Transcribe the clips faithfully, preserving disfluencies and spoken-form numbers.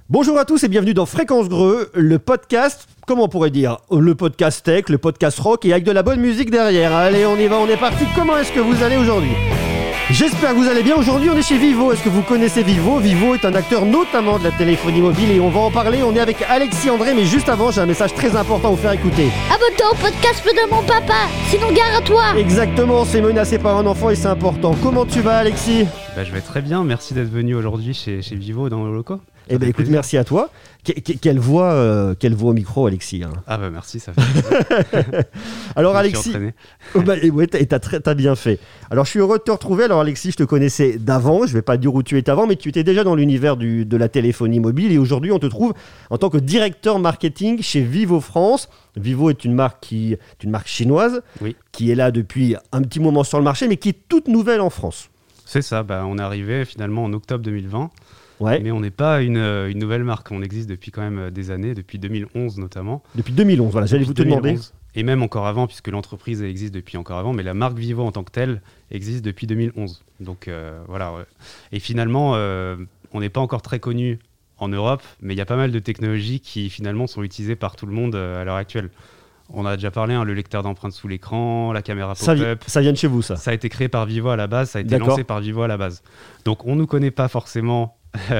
Bonjour à tous et bienvenue dans Fréquence Greux, le podcast, comment on pourrait dire, le podcast tech, le podcast rock et avec de la bonne musique derrière. Allez, on y va, on est parti. Comment est-ce que vous allez aujourd'hui ? J'espère que vous allez bien. Aujourd'hui, on est chez Vivo. Est-ce que vous connaissez Vivo ? Vivo est un acteur notamment de la téléphonie mobile et on va en parler. On est avec Alexis André, mais juste avant, j'ai un message très important à vous faire écouter. Abonne-toi au podcast de mon papa, sinon gare à toi. Exactement, c'est menacé par un enfant et c'est important. Comment tu vas, Alexis ? Bah, je vais très bien, merci d'être venu aujourd'hui chez, chez Vivo dans nos locaux. Eh ben écoute, merci à toi. Que, que, quelle voix, euh, quelle voix au micro, Alexis. Hein. Ah bah merci, ça fait plaisir. Alors Alexis, oh bah, ouais, t'as, t'as, très, t'as bien fait. Alors je suis heureux de te retrouver. Alors Alexis, je te connaissais d'avant. Je vais pas dire où tu étais avant, mais tu étais déjà dans l'univers du, de la téléphonie mobile. Et aujourd'hui, on te trouve en tant que directeur marketing chez Vivo France. Vivo est une marque qui, est une marque chinoise, oui. qui est là depuis un petit moment sur le marché, mais qui est toute nouvelle en France. C'est ça. Bah, on est arrivé finalement en octobre deux mille vingt. Ouais. Mais on n'est pas une, une nouvelle marque, on existe depuis quand même des années, depuis deux mille onze notamment. Depuis deux mille onze, voilà, j'allais vous te demander. Et même encore avant, puisque l'entreprise existe depuis encore avant, mais la marque Vivo en tant que telle existe depuis deux mille onze. Donc euh, voilà. Ouais. Et finalement, euh, on n'est pas encore très connu en Europe, mais il y a pas mal de technologies qui finalement sont utilisées par tout le monde euh, à l'heure actuelle. On a déjà parlé, hein, le lecteur d'empreintes sous l'écran, la caméra pop-up. Ça, vi- ça vient de chez vous, ça. Ça a été créé par Vivo à la base, ça a été D'accord. lancé par Vivo à la base. Donc on ne nous connaît pas forcément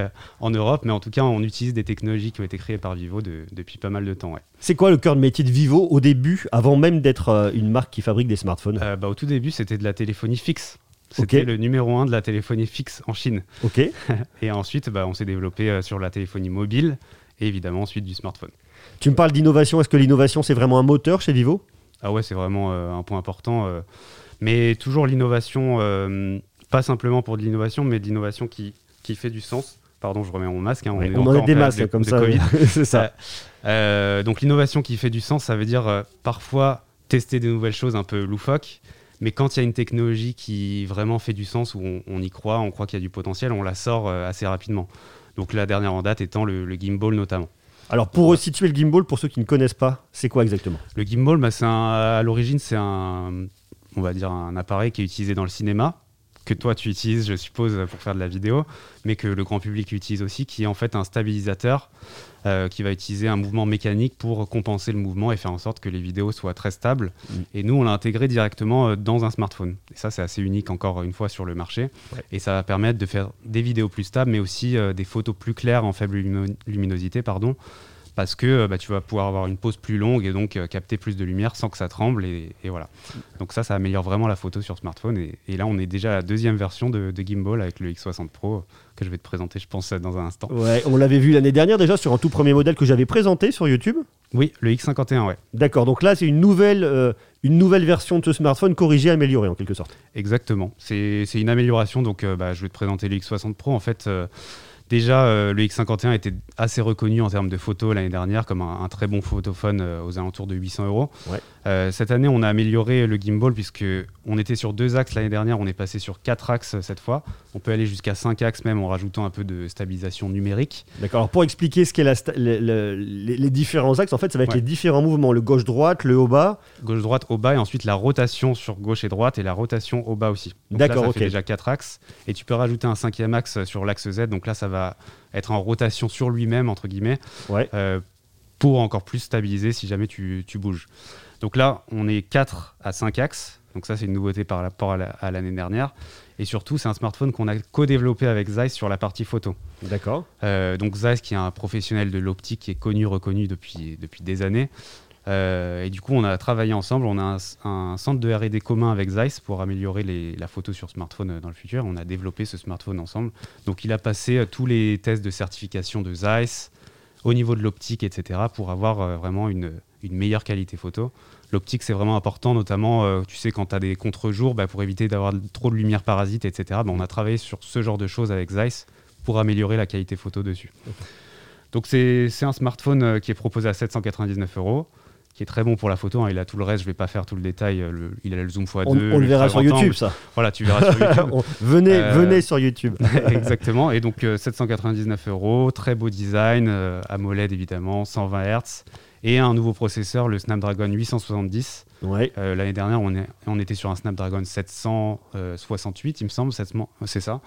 en Europe, mais en tout cas, on utilise des technologies qui ont été créées par Vivo de, depuis pas mal de temps. Ouais. C'est quoi le cœur de métier de Vivo au début, avant même d'être euh, une marque qui fabrique des smartphones ? euh, bah, Au tout début, c'était de la téléphonie fixe. C'était okay. le numéro un de la téléphonie fixe en Chine. Ok. Et ensuite, bah, on s'est développé euh, sur la téléphonie mobile et évidemment ensuite du smartphone. Tu me parles d'innovation. Est-ce que l'innovation, c'est vraiment un moteur chez Vivo ? Ah ouais, c'est vraiment euh, un point important. Euh, mais toujours l'innovation, euh, pas simplement pour de l'innovation, mais de l'innovation qui, qui fait du sens. Pardon, je remets mon masque. Hein, on ouais, est on encore en a des en masques de, comme de ça. Covid. C'est ça. Euh, donc l'innovation qui fait du sens, ça veut dire euh, parfois tester des nouvelles choses un peu loufoques. Mais quand il y a une technologie qui vraiment fait du sens, où on, on y croit, on croit qu'il y a du potentiel, on la sort euh, assez rapidement. Donc la dernière en date étant le, le gimbal notamment. Alors pour resituer le gimbal, pour ceux qui ne connaissent pas, c'est quoi exactement ? Le gimbal, bah, c'est un, à l'origine, c'est un, on va dire un appareil qui est utilisé dans le cinéma, que toi tu utilises, je suppose, pour faire de la vidéo, mais que le grand public utilise aussi, qui est en fait un stabilisateur euh, qui va utiliser un mouvement mécanique pour compenser le mouvement et faire en sorte que les vidéos soient très stables. Mmh. Et nous, on l'a intégré directement dans un smartphone. Et ça, c'est assez unique encore une fois sur le marché. Ouais. Et ça va permettre de faire des vidéos plus stables, mais aussi euh, des photos plus claires en faible lumi- luminosité, pardon, parce que bah, tu vas pouvoir avoir une pause plus longue et donc euh, capter plus de lumière sans que ça tremble. Et, et voilà. Donc ça, ça améliore vraiment la photo sur smartphone. Et, et là, on est déjà à la deuxième version de, de gimbal avec le X soixante Pro que je vais te présenter, je pense, dans un instant. Ouais, on l'avait vu l'année dernière déjà sur un tout premier modèle que j'avais présenté sur YouTube. Oui, le X cinquante et un, ouais. D'accord, donc là, c'est une nouvelle, euh, une nouvelle version de ce smartphone corrigée, améliorée en quelque sorte. Exactement. C'est, c'est une amélioration. Donc, euh, bah, je vais te présenter le X soixante Pro. En fait... Euh, Déjà, euh, le X cinquante et un était assez reconnu en termes de photos l'année dernière comme un, un très bon photophone euh, aux alentours de huit cents euros. Ouais. Euh, cette année, on a amélioré le gimbal puisqu'on était sur deux axes l'année dernière, on est passé sur quatre axes cette fois. On peut aller jusqu'à cinq axes même en rajoutant un peu de stabilisation numérique. D'accord, alors pour expliquer ce qu'est la sta- le, le, les, les différents axes, en fait, ça va être ouais. les différents mouvements, le gauche-droite, le haut-bas. Gauche-droite, haut-bas et ensuite la rotation sur gauche et droite et la rotation haut-bas aussi. Donc D'accord, là, ça ok. fait déjà quatre axes et tu peux rajouter un cinquième axe sur l'axe Z. Donc là, ça va être en rotation sur lui-même, entre guillemets, ouais. euh, pour encore plus stabiliser si jamais tu, tu bouges. Donc là, on est quatre à cinq axes. Donc ça, c'est une nouveauté par rapport à, la, à l'année dernière. Et surtout, c'est un smartphone qu'on a co-développé avec Zeiss sur la partie photo. D'accord. Euh, donc Zeiss, qui est un professionnel de l'optique qui est connu, reconnu depuis, depuis des années. Euh, et du coup, on a travaillé ensemble. On a un, un centre de R et D commun avec Zeiss pour améliorer les, la photo sur smartphone dans le futur. On a développé ce smartphone ensemble. Donc, il a passé euh, tous les tests de certification de Zeiss au niveau de l'optique, et cetera, pour avoir euh, vraiment une, une meilleure qualité photo. L'optique, c'est vraiment important, notamment, euh, tu sais, quand tu as des contre-jours, bah, pour éviter d'avoir trop de lumière parasite, et cetera. Bah, on a travaillé sur ce genre de choses avec Zeiss pour améliorer la qualité photo dessus. Donc, c'est, c'est un smartphone euh, qui est proposé à sept cent quatre-vingt-dix-neuf euros. Qui est très bon pour la photo, hein. Il a tout le reste, je ne vais pas faire tout le détail, le, il a le zoom fois deux. On, on le verra sur YouTube, ça. Voilà, tu verras sur YouTube. on, venez, euh, venez sur YouTube. Exactement, et donc euh, sept cent quatre-vingt-dix-neuf euros, très beau design, euh, AMOLED évidemment, cent vingt hertz, et un nouveau processeur, le Snapdragon huit cent soixante-dix. Ouais. Euh, l'année dernière, on, est, on était sur un Snapdragon sept cent soixante-huit, il me semble, c'est ça.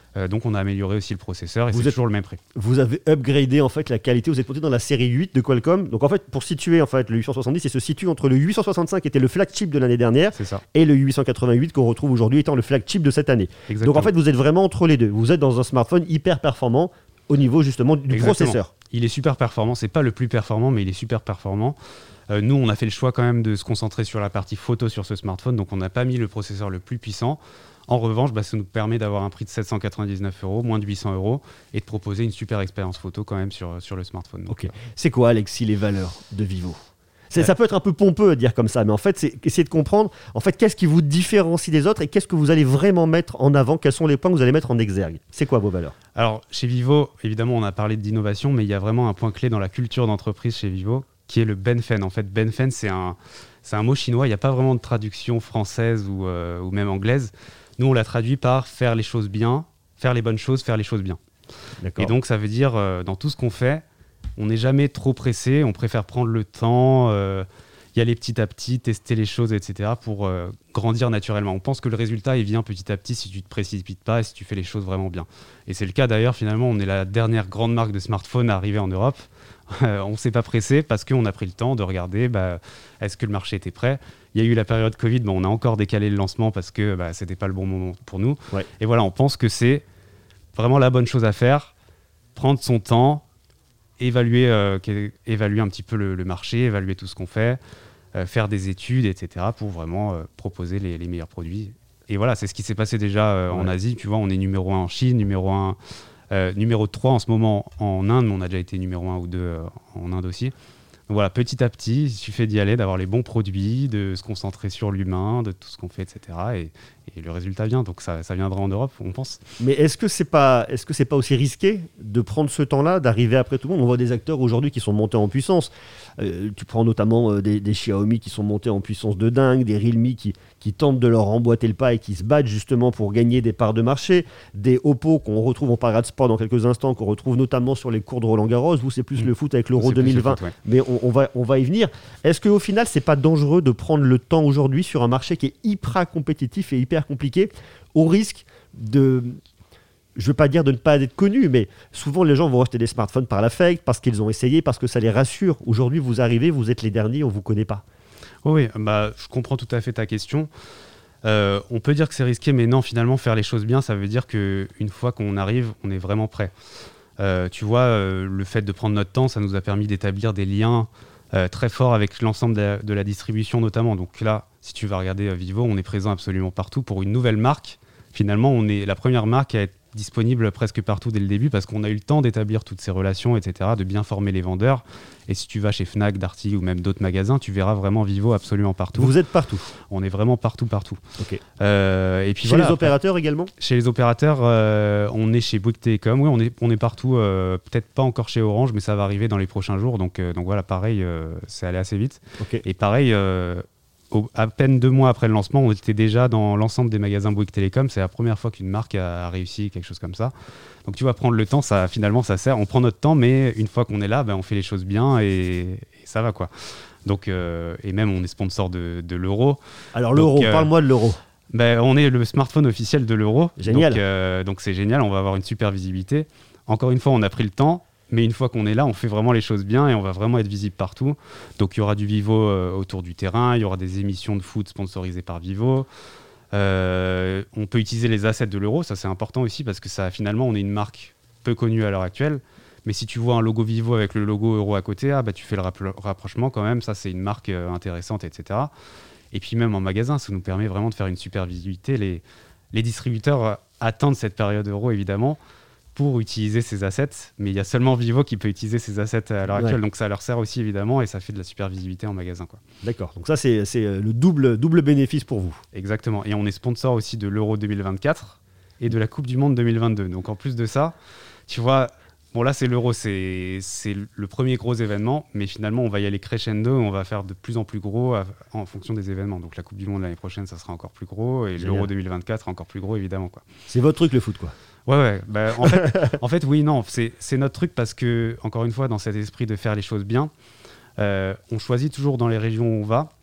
Euh, donc on a amélioré aussi le processeur et Vous c'est êtes- toujours le même prix. Vous avez upgradé en fait la qualité, vous êtes monté dans la série huit de Qualcomm. Donc en fait, pour situer en fait le huit cent soixante-dix, il se situe entre le huit cent soixante-cinq qui était le flagship de l'année dernière C'est ça. et le huit cent quatre-vingt-huit qu'on retrouve aujourd'hui étant le flagship de cette année. Exactement. Donc en fait, vous êtes vraiment entre les deux. Vous êtes dans un smartphone hyper performant au niveau justement du Exactement. processeur. Il est super performant. C'est pas le plus performant, mais il est super performant. Euh, nous, on a fait le choix quand même de se concentrer sur la partie photo sur ce smartphone, donc on n'a pas mis le processeur le plus puissant. En revanche, bah, ça nous permet d'avoir un prix de sept cent quatre-vingt-dix-neuf euros, moins de huit cents euros, et de proposer une super expérience photo quand même sur, sur le smartphone. Donc, Ok. C'est quoi, Alexis, les valeurs de Vivo? C'est, ça peut être un peu pompeux à dire comme ça, mais en fait, c'est essayer de comprendre en fait, qu'est-ce qui vous différencie des autres et qu'est-ce que vous allez vraiment mettre en avant, quels sont les points que vous allez mettre en exergue. C'est quoi vos valeurs? Alors, chez Vivo, évidemment, on a parlé d'innovation, mais il y a vraiment un point clé dans la culture d'entreprise chez Vivo, qui est le benfen. En fait, benfen, c'est un, c'est un mot chinois, il n'y a pas vraiment de traduction française ou, euh, ou même anglaise. Nous, on l'a traduit par faire les choses bien, faire les bonnes choses, faire les choses bien. D'accord. Et donc, ça veut dire, euh, dans tout ce qu'on fait, on n'est jamais trop pressé, on préfère prendre le temps, euh, y aller petit à petit, tester les choses, et cetera, pour euh, grandir naturellement. On pense que le résultat, il vient petit à petit si tu ne te précipites pas et si tu fais les choses vraiment bien. Et c'est le cas d'ailleurs, finalement, on est la dernière grande marque de smartphone à arriver en Europe. Euh, on ne s'est pas pressé parce qu'on a pris le temps de regarder bah, est-ce que le marché était prêt. Il y a eu la période Covid, bon, on a encore décalé le lancement parce que bah, ce n'était pas le bon moment pour nous. Ouais. Et voilà, on pense que c'est vraiment la bonne chose à faire, prendre son temps, évaluer, euh, évaluer un petit peu le, le marché, évaluer tout ce qu'on fait, euh, faire des études, et cetera pour vraiment euh, proposer les, les meilleurs produits. Et voilà, c'est ce qui s'est passé déjà euh, en Ouais. Asie. Tu vois, on est numéro un en Chine, numéro un, euh, numéro trois en ce moment en Inde, mais on a déjà été numéro un ou deux euh, en Inde aussi. Donc voilà, petit à petit, il suffit d'y aller, d'avoir les bons produits, de se concentrer sur l'humain, de tout ce qu'on fait, et cetera. Et, et le résultat vient, donc ça, ça viendra en Europe, on pense. Mais est-ce que c'est pas, est-ce que c'est pas aussi risqué de prendre ce temps-là, d'arriver après tout le monde? On voit des acteurs aujourd'hui qui sont montés en puissance. Euh, tu prends notamment euh, des, des Xiaomi qui sont montés en puissance de dingue, des Realme qui, qui tentent de leur emboîter le pas et qui se battent justement pour gagner des parts de marché, des Oppo qu'on retrouve, on parlera de sport dans quelques instants, qu'on retrouve notamment sur les cours de Roland Garros. Vous, c'est plus Mmh. le foot avec l'Euro C'est plus le deux mille vingt, foot, ouais. mais on, on va, on va y venir. Est-ce qu'au final, c'est pas dangereux de prendre le temps aujourd'hui sur un marché qui est hyper compétitif et hyper compliqué, au risque de... Je ne veux pas dire de ne pas être connu, mais souvent les gens vont acheter des smartphones par l'affect, parce qu'ils ont essayé, parce que ça les rassure. Aujourd'hui, vous arrivez, vous êtes les derniers, on ne vous connaît pas. Oui, oui, bah, je comprends tout à fait ta question. Euh, on peut dire que c'est risqué, mais non, finalement, faire les choses bien, ça veut dire qu'une fois qu'on arrive, on est vraiment prêt. Euh, tu vois, euh, le fait de prendre notre temps, ça nous a permis d'établir des liens euh, très forts avec l'ensemble de la, de la distribution notamment. Donc là, si tu vas regarder euh, Vivo, on est présent absolument partout. Pour une nouvelle marque, finalement, on est la première marque à être disponible presque partout dès le début parce qu'on a eu le temps d'établir toutes ces relations, et cetera, de bien former les vendeurs. Et si tu vas chez Fnac, Darty ou même d'autres magasins, tu verras vraiment Vivo absolument partout. Vous êtes partout. On est vraiment partout, partout. Ok. Euh, et puis Chez voilà, les après, opérateurs également? chez les opérateurs, euh, on est chez Bouygues Télécom. Oui, on est, on est partout. euh, Peut-être pas encore chez Orange, mais ça va arriver dans les prochains jours. Donc, euh, donc voilà, pareil, euh, c'est allé assez vite. Ok. Et pareil, euh, au- à peine deux mois après le lancement, on était déjà dans l'ensemble des magasins Bouygues Télécom. C'est la première fois qu'une marque a, a réussi quelque chose comme ça. Donc tu vas prendre le temps, ça finalement ça sert. On prend notre temps, mais une fois qu'on est là, ben, on fait les choses bien et, et ça va quoi. Donc euh, et même on est sponsor de, de l'Euro. Alors l'euro, Donc, euh, parle-moi de l'euro. Ben, on est le smartphone officiel de l'Euro. Génial. Donc euh, donc c'est génial, on va avoir une super visibilité. Encore une fois, on a pris le temps. Mais une fois qu'on est là, on fait vraiment les choses bien et on va vraiment être visible partout. Donc il y aura du Vivo euh, autour du terrain, il y aura des émissions de foot sponsorisées par Vivo. Euh, on peut utiliser les assets de l'Euro, ça c'est important aussi parce que ça, finalement on est une marque peu connue à l'heure actuelle. Mais si tu vois un logo Vivo avec le logo Euro à côté, ah, bah, tu fais le rappro- rapprochement quand même, ça c'est une marque euh, intéressante, et cetera. Et puis même en magasin, ça nous permet vraiment de faire une super visibilité. Les, les distributeurs euh, attendent cette période Euro évidemment pour utiliser ces assets, mais il y a seulement Vivo qui peut utiliser ces assets à l'heure Ouais. actuelle, donc ça leur sert aussi évidemment et ça fait de la super visibilité en magasin, quoi. D'accord. Donc ça, c'est c'est, euh, le double, double bénéfice pour vous. Exactement, et on est sponsor aussi de l'Euro deux mille vingt-quatre et de la Coupe du Monde deux mille vingt-deux, donc en plus de ça, tu vois, bon là c'est l'Euro, c'est c'est le premier gros événement, mais finalement on va y aller crescendo, on va faire de plus en plus gros à- en fonction des événements, donc la Coupe du Monde l'année prochaine ça sera encore plus gros, et Génial. l'Euro deux mille vingt-quatre encore plus gros évidemment, quoi. C'est votre truc, le foot, quoi. Ouais, ouais. Bah, en, fait, en fait, oui, non, c'est, c'est notre truc parce que, encore une fois, dans cet esprit de faire les choses bien, euh, on choisit toujours dans les régions où on va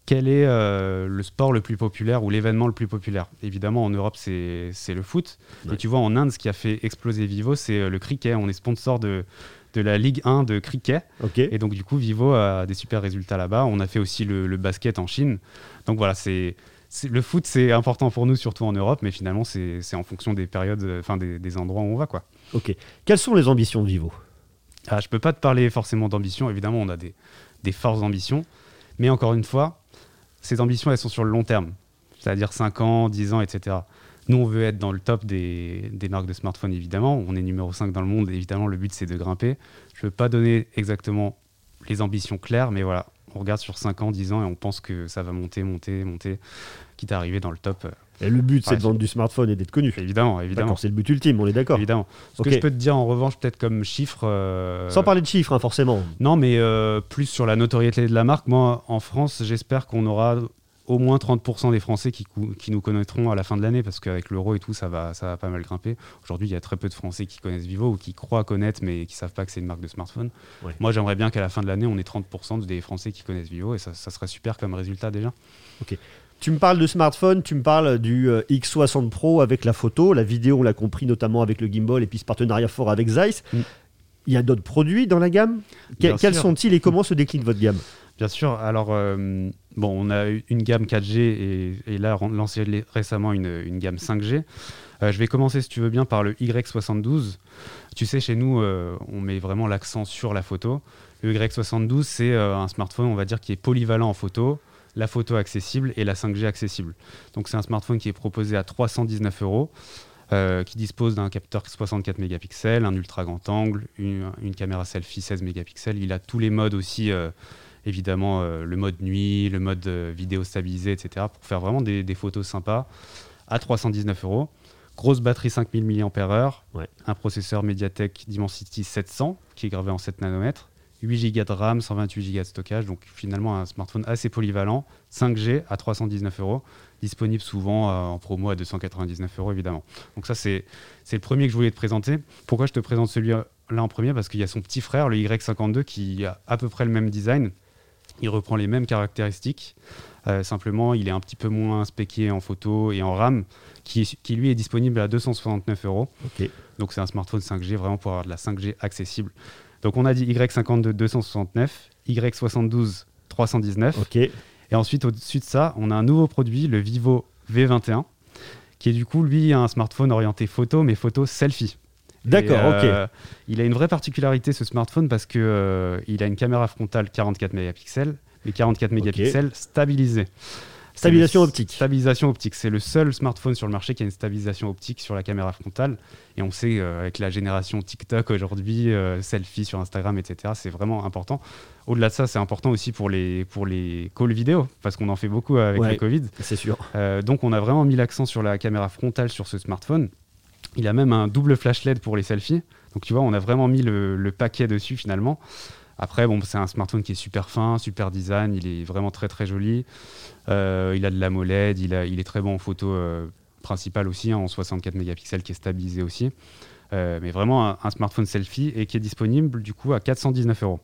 quel est euh, le sport le plus populaire ou l'événement le plus populaire. Évidemment, en Europe, c'est, c'est le foot. Ouais. Et tu vois, en Inde, ce qui a fait exploser Vivo, c'est le cricket. On est sponsor de, de la Ligue un de cricket. Okay. Et donc, du coup, Vivo a des super résultats là-bas. On a fait aussi le, le basket en Chine. Donc voilà, c'est, c'est, le foot, c'est important pour nous, surtout en Europe. Mais finalement, c'est, c'est en fonction des périodes, enfin des, des endroits où on va, quoi. Ok. Quelles sont les ambitions de Vivo ? Ah, je ne peux pas te parler forcément d'ambition. Évidemment, on a des, des fortes ambitions. Mais encore une fois, ces ambitions, elles sont sur le long terme. C'est-à-dire cinq ans, dix ans, et cetera. Nous, on veut être dans le top des, des marques de smartphones, évidemment. On est numéro cinq dans le monde. Évidemment, le but, c'est de grimper. Je ne veux pas donner exactement les ambitions claires, mais voilà, on regarde sur cinq ans, dix ans, et on pense que ça va monter, monter, monter, quitte à arriver dans le top. Et le but, c'est ouais, de vendre du smartphone et d'être connu. Évidemment, évidemment. D'accord, c'est le but ultime, on est d'accord. Évidemment. Ce okay. que je peux te dire en revanche, peut-être comme chiffre... Euh... Sans parler de chiffres, hein, forcément. Non, mais euh, plus sur la notoriété de la marque. Moi, en France, j'espère qu'on aura au moins trente pour cent des Français qui, qui nous connaîtront à la fin de l'année, parce qu'avec l'euro et tout, ça va, ça va pas mal grimper. Aujourd'hui, il y a très peu de Français qui connaissent Vivo ou qui croient connaître, mais qui savent pas que c'est une marque de smartphone. Ouais. Moi, j'aimerais bien qu'à la fin de l'année, on ait trente pour cent des Français qui connaissent Vivo, et ça, ça serait super comme résultat déjà. Ok. Tu me parles de smartphone, tu me parles du euh, X soixante Pro avec la photo, la vidéo, on l'a compris, notamment avec le gimbal et puis ce partenariat fort avec Zeiss. Mm. Il y a d'autres produits dans la gamme. Que, Quels sûr. sont-ils et comment se décline votre gamme ? Bien sûr. Alors, euh, bon, on a une gamme quatre G et, et là, lancé récemment une, une gamme cinq G. Euh, je vais commencer, si tu veux bien, par le Y soixante-douze. Tu sais, chez nous, euh, on met vraiment l'accent sur la photo. Le Y soixante-douze, c'est euh, un smartphone, on va dire, qui est polyvalent en photo, la photo accessible et la cinq G accessible. Donc, c'est un smartphone qui est proposé à trois cent dix-neuf euros. Euh, qui dispose d'un capteur soixante-quatre mégapixels, un ultra grand angle, une, une caméra selfie seize mégapixels. Il a tous les modes aussi, euh, évidemment euh, le mode nuit, le mode euh, vidéo stabilisé, et cetera, pour faire vraiment des, des photos sympas à trois cent dix-neuf euros. Grosse batterie cinq mille milliampères heure, ouais. Un processeur MediaTek Dimensity sept cents qui est gravé en sept nanomètres, huit giga de RAM, cent vingt-huit giga de stockage, donc finalement un smartphone assez polyvalent, cinq G à trois cent dix-neuf euros, disponible souvent euh, en promo à deux cent quatre-vingt-dix-neuf euros évidemment. Donc ça c'est, c'est le premier que je voulais te présenter. Pourquoi je te présente celui-là en premier ? Parce qu'il y a son petit frère, le Y cinquante-deux, qui a à peu près le même design, il reprend les mêmes caractéristiques, euh, simplement il est un petit peu moins spéqué en photo et en RAM, qui, qui lui est disponible à deux cent soixante-neuf euros. Okay. Donc c'est un smartphone cinq G vraiment pour avoir de la cinq G accessible. Donc on a dit Y cinquante-deux deux cent soixante-neuf, Y soixante-douze trois cent dix-neuf. Okay. Et ensuite, au-dessus de ça, on a un nouveau produit, le Vivo V vingt et un, qui est du coup, lui, un smartphone orienté photo, mais photo selfie. D'accord, et, euh, ok. Il a une vraie particularité, ce smartphone, parce qu'il euh, a une caméra frontale quarante-quatre mégapixels, et quarante-quatre mégapixels okay. stabilisés. Stabilisation optique. Stabilisation optique. C'est le seul smartphone sur le marché qui a une stabilisation optique sur la caméra frontale. Et on sait, euh, avec la génération TikTok aujourd'hui, euh, selfie sur Instagram, et cetera, c'est vraiment important. Au-delà de ça, c'est important aussi pour les, pour les calls vidéo, parce qu'on en fait beaucoup avec ouais, le Covid. C'est sûr. Euh, donc, on a vraiment mis l'accent sur la caméra frontale sur ce smartphone. Il a même un double flash L E D pour les selfies. Donc, tu vois, on a vraiment mis le, le paquet dessus, finalement. Après, bon, c'est un smartphone qui est super fin, super design, il est vraiment très très joli. Euh, il a de l'AMOLED, il, a, il est très bon en photo euh, principale aussi, hein, en soixante-quatre mégapixels qui est stabilisé aussi. Euh, mais vraiment un, un smartphone selfie et qui est disponible du coup à quatre cent dix-neuf euros.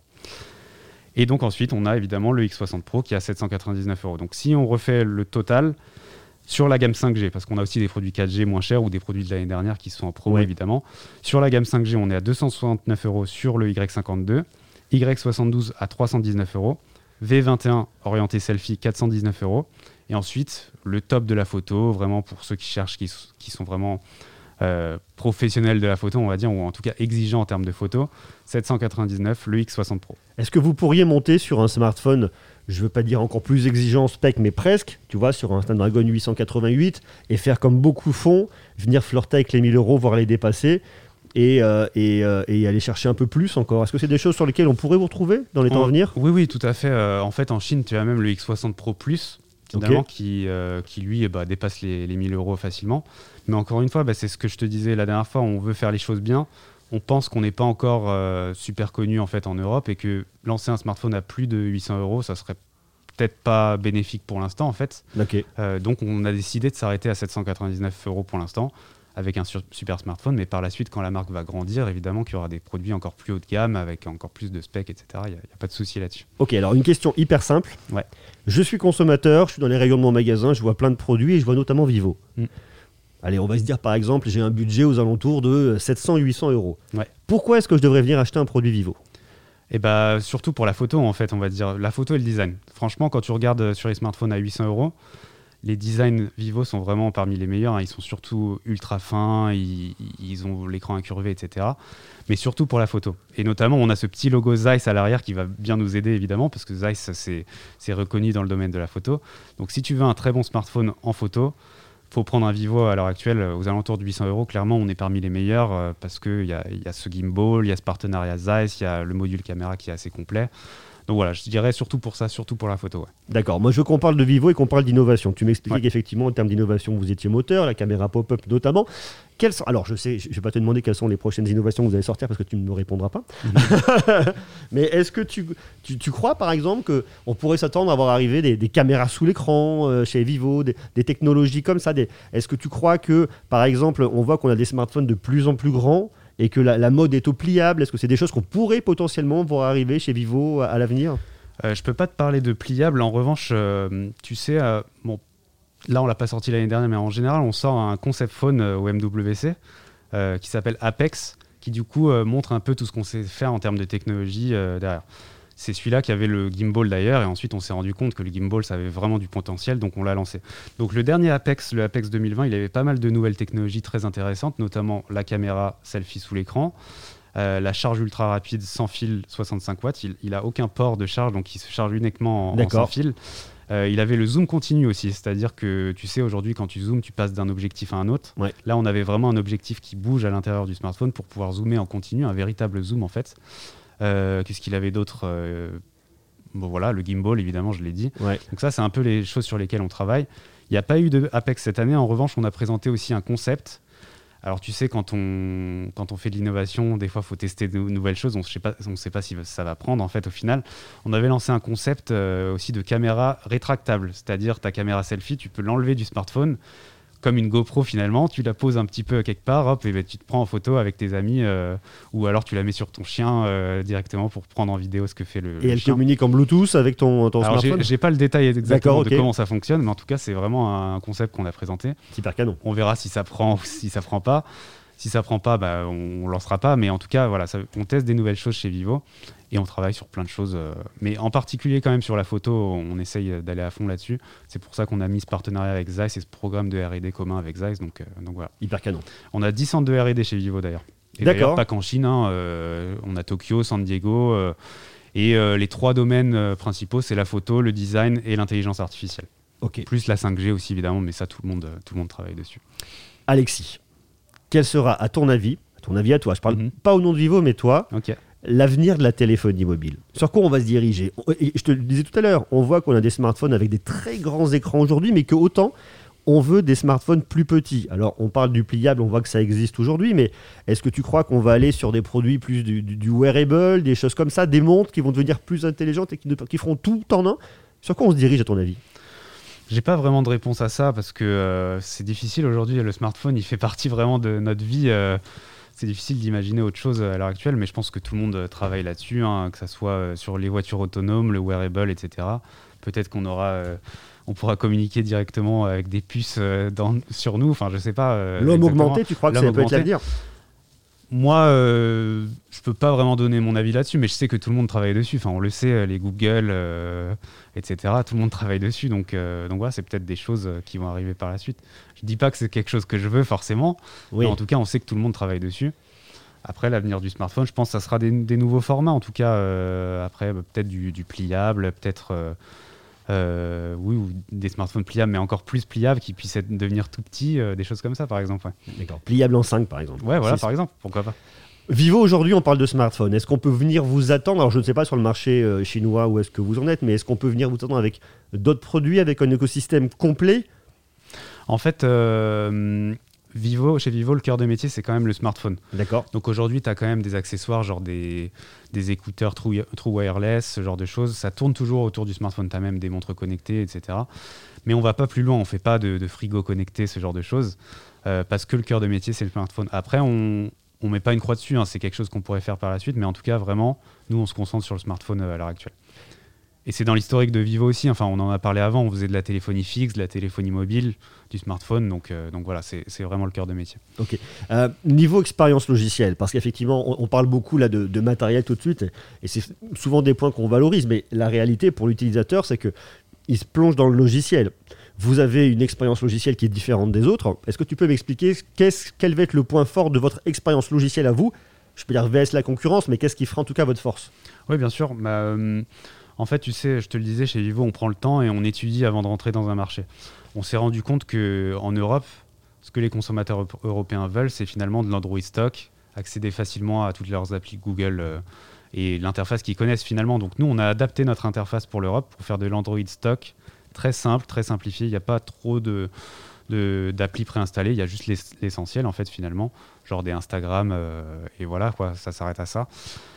Et donc ensuite, on a évidemment le X soixante Pro qui est à sept cent quatre-vingt-dix-neuf euros. Donc si on refait le total sur la gamme cinq G, parce qu'on a aussi des produits quatre G moins chers ou des produits de l'année dernière qui sont en promo ouais. évidemment. Sur la gamme cinq G, on est à deux cent soixante-neuf euros sur le Y cinquante-deux. Y soixante-douze à trois cent dix-neuf euros, V vingt et un orienté selfie quatre cent dix-neuf euros, et ensuite le top de la photo, vraiment pour ceux qui cherchent, qui, qui sont vraiment euh, professionnels de la photo, on va dire, ou en tout cas exigeants en termes de photo, sept cent quatre-vingt-dix-neuf, le X soixante Pro. Est-ce que vous pourriez monter sur un smartphone, je ne veux pas dire encore plus exigeant en spec, mais presque, tu vois, sur un Snapdragon huit cent quatre-vingt-huit, et faire comme beaucoup font, venir flirter avec les mille euros, voire les dépasser, Et, euh, et, euh, et aller chercher un peu plus encore. Est-ce que c'est des choses sur lesquelles on pourrait vous retrouver dans les temps en, à venir ? Oui, oui, tout à fait. Euh, en fait, en Chine, tu as même le X soixante Pro Plus, finalement, okay. qui, euh, qui lui bah, dépasse les, les mille euros facilement. Mais encore une fois, bah, c'est ce que je te disais la dernière fois, on veut faire les choses bien. On pense qu'on n'est pas encore euh, super connu en, fait, en Europe et que lancer un smartphone à plus de huit cents euros, ça serait peut-être pas bénéfique pour l'instant, en fait. Okay. Euh, donc, on a décidé de s'arrêter à sept cent quatre-vingt-dix-neuf euros pour l'instant, avec un sur- super smartphone, mais par la suite, quand la marque va grandir, évidemment qu'il y aura des produits encore plus haut de gamme, avec encore plus de specs, et cetera. Il n'y a, a pas de souci là-dessus. Ok, alors une question hyper simple. Ouais. Je suis consommateur, je suis dans les rayons de mon magasin, je vois plein de produits et je vois notamment Vivo. Mm. Allez, on va se dire par exemple, j'ai un budget aux alentours de sept cents à huit cents euros. Ouais. Pourquoi est-ce que je devrais venir acheter un produit Vivo ? Et bah, surtout pour la photo, en fait, on va dire la photo et le design. Franchement, quand tu regardes sur les smartphones à huit cents euros, les designs Vivo sont vraiment parmi les meilleurs. Hein. Ils sont surtout ultra fins, ils, ils ont l'écran incurvé, et cetera. Mais surtout pour la photo. Et notamment, on a ce petit logo Zeiss à l'arrière qui va bien nous aider, évidemment, parce que Zeiss, c'est, c'est reconnu dans le domaine de la photo. Donc, si tu veux un très bon smartphone en photo, il faut prendre un Vivo à l'heure actuelle aux alentours de huit cents euros. Clairement, on est parmi les meilleurs euh, parce qu'il y a, y a ce gimbal, il y a ce partenariat Zeiss, il y a le module caméra qui est assez complet. Donc voilà, je dirais surtout pour ça, surtout pour la photo. Ouais. D'accord, moi je veux qu'on parle de Vivo et qu'on parle d'innovation. Tu m'expliquais Ouais. qu'effectivement, en termes d'innovation, vous étiez moteur, la caméra pop-up notamment. Quelles sont... Alors je sais, je ne vais pas te demander quelles sont les prochaines innovations que vous allez sortir parce que tu ne me répondras pas. Mm-hmm. Mais est-ce que tu, tu, tu crois par exemple qu'on pourrait s'attendre à voir arriver des, des caméras sous l'écran euh, chez Vivo, des, des technologies comme ça des... Est-ce que tu crois que par exemple, on voit qu'on a des smartphones de plus en plus grands et que la, la mode est au pliable? Est-ce que c'est des choses qu'on pourrait potentiellement voir arriver chez Vivo à, à l'avenir? euh, Je peux pas te parler de pliable. En revanche, euh, tu sais, euh, bon, là on l'a pas sorti l'année dernière, mais en général on sort un concept phone euh, au M W C euh, qui s'appelle Apex, qui du coup euh, montre un peu tout ce qu'on sait faire en termes de technologie euh, derrière. C'est celui-là qui avait le gimbal d'ailleurs, et ensuite on s'est rendu compte que le gimbal ça avait vraiment du potentiel, donc on l'a lancé. Donc le dernier Apex, le Apex deux mille vingt, il avait pas mal de nouvelles technologies très intéressantes, notamment la caméra selfie sous l'écran, euh, la charge ultra rapide sans fil soixante-cinq watts, il, il a aucun port de charge, donc il se charge uniquement en, en sans fil. Euh, il avait le zoom continu aussi, c'est-à-dire que tu sais aujourd'hui quand tu zoomes, tu passes d'un objectif à un autre. Ouais. Là on avait vraiment un objectif qui bouge à l'intérieur du smartphone pour pouvoir zoomer en continu, un véritable zoom en fait. Euh, qu'est-ce qu'il avait d'autre euh, bon voilà, le gimbal évidemment, je l'ai dit. Ouais. Donc ça c'est un peu les choses sur lesquelles on travaille. Il n'y a pas eu de Apex cette année, en revanche on a présenté aussi un concept. Alors tu sais, quand on, quand on fait de l'innovation, des fois il faut tester de nouvelles choses, on ne sait pas, on sait pas si ça va prendre en fait au final. On avait lancé un concept euh, aussi de caméra rétractable, c'est-à-dire ta caméra selfie, tu peux l'enlever du smartphone, comme une GoPro finalement, tu la poses un petit peu quelque part, hop, et ben, tu te prends en photo avec tes amis, euh, ou alors tu la mets sur ton chien euh, directement pour prendre en vidéo ce que fait le, Et le elle chien. communique en Bluetooth avec ton, ton Alors smartphone? j'ai, j'ai pas le détail exactement D'accord, okay. de comment ça fonctionne, mais en tout cas c'est vraiment un concept qu'on a présenté. Super canon. On verra si ça prend ou si ça prend pas. Si ça prend pas, bah, on, on lancera pas, mais en tout cas voilà, ça, on teste des nouvelles choses chez Vivo et on travaille sur plein de choses, euh, mais en particulier quand même sur la photo, on essaye d'aller à fond là-dessus. C'est pour ça qu'on a mis ce partenariat avec Zeiss et ce programme de R et D commun avec Zeiss, donc, euh, donc voilà. Hyper canon. On a dix centres de R et D chez Vivo d'ailleurs. Et D'accord. d'ailleurs pas qu'en Chine, hein, euh, on a Tokyo, San Diego, euh, et euh, les trois domaines euh, principaux, c'est la photo, le design et l'intelligence artificielle. Ok. Plus la cinq G aussi évidemment, mais ça tout le monde, tout le monde travaille dessus. Alexis, quel sera, à ton avis, à ton avis à toi, je parle Mm-hmm. pas au nom de Vivo, mais toi, Ok. l'avenir de la téléphonie mobile? Sur quoi on va se diriger? Et je te le disais tout à l'heure, on voit qu'on a des smartphones avec des très grands écrans aujourd'hui, mais que autant on veut des smartphones plus petits. Alors on parle du pliable, on voit que ça existe aujourd'hui, mais est-ce que tu crois qu'on va aller sur des produits plus du, du, du wearable, des choses comme ça, des montres qui vont devenir plus intelligentes et qui, ne, qui feront tout en un? Sur quoi on se dirige à ton avis? J'ai pas vraiment de réponse à ça parce que euh, c'est difficile aujourd'hui. Le smartphone, il fait partie vraiment de notre vie. Euh, c'est difficile d'imaginer autre chose à l'heure actuelle, mais je pense que tout le monde travaille là-dessus, hein, que ça soit sur les voitures autonomes, le wearable, et cetera. Peut-être qu'on aura, euh, on pourra communiquer directement avec des puces euh, dans, sur nous. Enfin, je sais pas. Euh, L'homme exactement. augmenté, tu crois que L'homme ça peut être augmenté. l'avenir? Moi, euh, je peux pas vraiment donner mon avis là-dessus, mais je sais que tout le monde travaille dessus. Enfin, on le sait, les Google, euh, et cetera. Tout le monde travaille dessus, donc, euh, donc voilà, c'est peut-être des choses qui vont arriver par la suite. Je dis pas que c'est quelque chose que je veux forcément, Oui. mais en tout cas, on sait que tout le monde travaille dessus. Après, l'avenir du smartphone, je pense que ça sera des, des nouveaux formats, en tout cas. Euh, après, bah, peut-être du, du pliable, peut-être. Euh, Euh, oui, ou des smartphones pliables, mais encore plus pliables, qui puissent être, devenir tout petits, euh, des choses comme ça, par exemple. Ouais, D'accord. Pliable en cinq, par exemple. ouais voilà, C'est par ça. exemple, pourquoi pas. Vivo, aujourd'hui, on parle de smartphone. Est-ce qu'on peut venir vous attendre? Alors, je ne sais pas sur le marché euh, chinois où est-ce que vous en êtes, mais est-ce qu'on peut venir vous attendre avec d'autres produits, avec un écosystème complet? En fait, euh, Vivo, chez Vivo, le cœur de métier, c'est quand même le smartphone. D'accord. Donc aujourd'hui, tu as quand même des accessoires, genre des, des écouteurs true, true wireless, ce genre de choses. Ça tourne toujours autour du smartphone. Tu as même des montres connectées, et cetera. Mais on va pas plus loin. On fait pas de, de frigo connecté, ce genre de choses. euh, parce que le cœur de métier, c'est le smartphone. Après, on ne met pas une croix dessus, hein, c'est quelque chose qu'on pourrait faire par la suite, mais en tout cas, vraiment, nous, on se concentre sur le smartphone euh, à l'heure actuelle. Et c'est dans l'historique de Vivo aussi, enfin, on en a parlé avant, on faisait de la téléphonie fixe, de la téléphonie mobile, du smartphone, donc, euh, donc voilà, c'est, c'est vraiment le cœur de métier. Ok. Euh, niveau expérience logicielle, parce qu'effectivement, on, on parle beaucoup là de, de matériel tout de suite, et, et c'est souvent des points qu'on valorise, mais la réalité pour l'utilisateur, c'est qu'il se plonge dans le logiciel. Vous avez une expérience logicielle qui est différente des autres. Est-ce que tu peux m'expliquer qu'est-ce, quel va être le point fort de votre expérience logicielle à vous ? Je peux dire V S la concurrence, mais qu'est-ce qui fera en tout cas votre force ? Oui, bien sûr. Bah, euh... En fait, tu sais, je te le disais, chez Vivo, on prend le temps et on étudie avant de rentrer dans un marché. On s'est rendu compte qu'en Europe, ce que les consommateurs européens veulent, c'est finalement de l'Android stock, accéder facilement à toutes leurs applis Google euh, et l'interface qu'ils connaissent finalement. Donc nous, on a adapté notre interface pour l'Europe pour faire de l'Android stock très simple, très simplifié. Il n'y a pas trop de, de, d'applis préinstallées, il y a juste l'essentiel en fait finalement, genre des Instagram euh, et voilà, quoi, ça s'arrête à ça.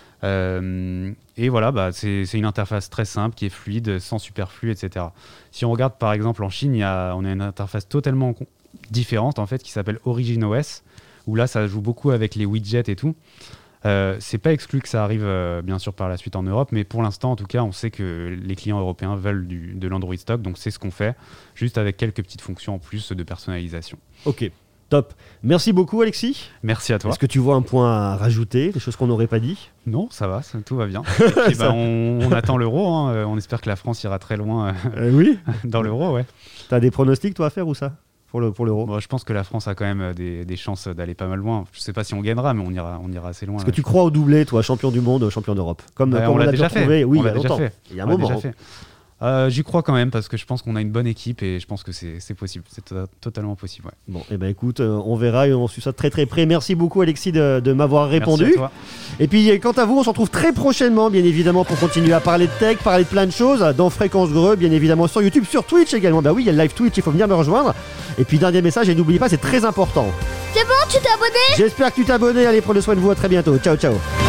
Euh, et voilà, bah, c'est, c'est une interface très simple qui est fluide, sans superflu, et cetera. Si on regarde par exemple en Chine, y a, on a une interface totalement con- différente en fait qui s'appelle OriginOS, où là ça joue beaucoup avec les widgets et tout. Euh, c'est pas exclu que ça arrive euh, bien sûr par la suite en Europe, mais pour l'instant en tout cas on sait que les clients européens veulent du, de l'Android stock, donc c'est ce qu'on fait, juste avec quelques petites fonctions en plus de personnalisation. Ok. Top. Merci beaucoup, Alexis. Merci à toi. Est-ce que tu vois un point à rajouter, des choses qu'on n'aurait pas dit ? Non, ça va, ça, tout va bien. Et puis, bah, on, on attend l'euro. Hein. On espère que la France ira très loin euh, euh, oui. dans l'euro. Ouais. T'as des pronostics, toi, à faire ou ça pour, le, pour l'euro ? Bon, je pense que la France a quand même des, des chances d'aller pas mal loin. Je sais pas si on gagnera, mais on ira, on ira assez loin. Est-ce que tu crois au doublé, toi, champion du monde, champion d'Europe ? Comme, bah, comme on, on l'a l'a déjà retrouvé, fait. oui, on il y a l'a déjà longtemps. fait. Il y a un on l'a moment. déjà fait. Euh, j'y crois quand même parce que je pense qu'on a une bonne équipe et je pense que c'est, c'est possible, c'est to- totalement possible. Ouais. Bon, et eh ben écoute, euh, on verra et on suit ça de très très près. Merci beaucoup Alexis de, de m'avoir répondu. Merci à toi. Et puis quant à vous, on se retrouve très prochainement, bien évidemment, pour continuer à parler de tech, parler de plein de choses dans Fréquence Greux, bien évidemment sur YouTube, sur Twitch également. Bah oui, il y a le live Twitch, il faut venir me rejoindre. Et puis dernier message, et n'oubliez pas, c'est très important. C'est bon, tu t'es abonné ? J'espère que tu t'es abonné. Allez, prenez soin de vous, à très bientôt. Ciao, ciao.